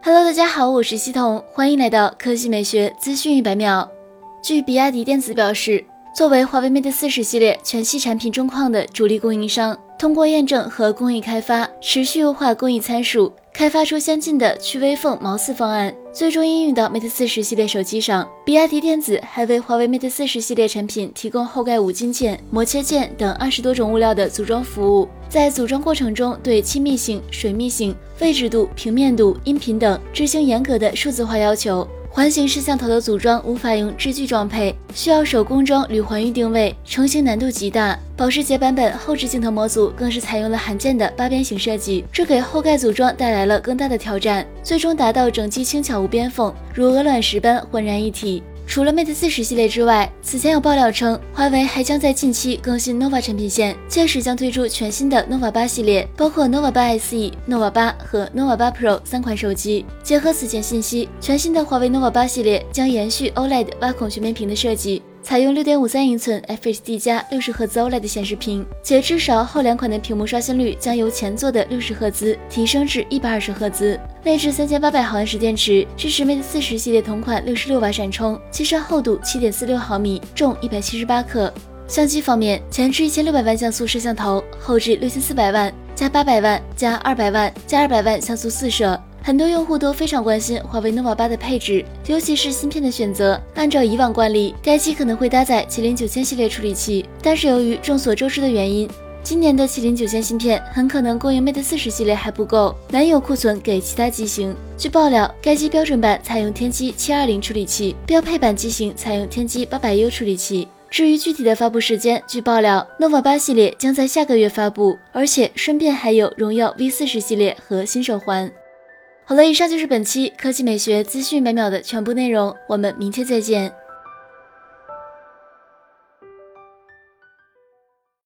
Hello， 大家好，我是西彤，欢迎来到科技美学资讯100秒。据比亚迪电子表示，作为华为 Mate 40系列全系产品中框的主力供应商，通过验证和工艺开发，持续优化工艺参数，开发出相近的去微缝毛刺方案，最终应用到 Mate 40系列手机上。比亚迪电子还为华为 Mate 40系列产品提供后盖五金件、磨切件等20多种物料的组装服务。在组装过程中，对亲密性、水密性、位置度、平面度、音频等执行严格的数字化要求。环形摄像头的组装无法用支具装配，需要手工装铝环域定位，成型难度极大。保时捷版本后置镜头模组更是采用了罕见的8边形设计，这给后盖组装带来了更大的挑战，最终达到整机轻巧无边缝，如鹅卵石般浑然一体。除了 Mate 40系列之外，此前有爆料称，华为还将在近期更新 Nova 产品线，届时将推出全新的 Nova 8系列，包括 Nova 8 SE、Nova 8和 Nova 8 Pro 3款手机。结合此前信息，全新的华为 Nova 8系列将延续 OLED 挖孔全面屏的设计，采用 6.53英寸 FHD+ 60Hz OLED 显示屏，且至少后两款的屏幕刷新率将由前作的60Hz提升至120Hz。内置3800毫安时电池，支持 Mate 40系列同款66瓦闪充，机身厚度7.46毫米，重178克。相机方面，前置1600万像素摄像头，后置6400万加800万加200万加200万像素四摄。很多用户都非常关心华为 Nova 8的配置，尤其是芯片的选择。按照以往惯例，该机可能会搭载麒麟9000系列处理器，但是由于众所周知的原因，今年的麒麟9000芯片很可能供应 Mate 40系列还不够，难有库存给其他机型。据爆料，该机标准版采用天玑720处理器，标配版机型采用天玑800U 处理器。至于具体的发布时间，据爆料 Nova 8系列将在下个月发布，而且顺便还有荣耀 V40 系列和新手环。好了，以上就是本期科技美学资讯100秒的全部内容，我们明天再见。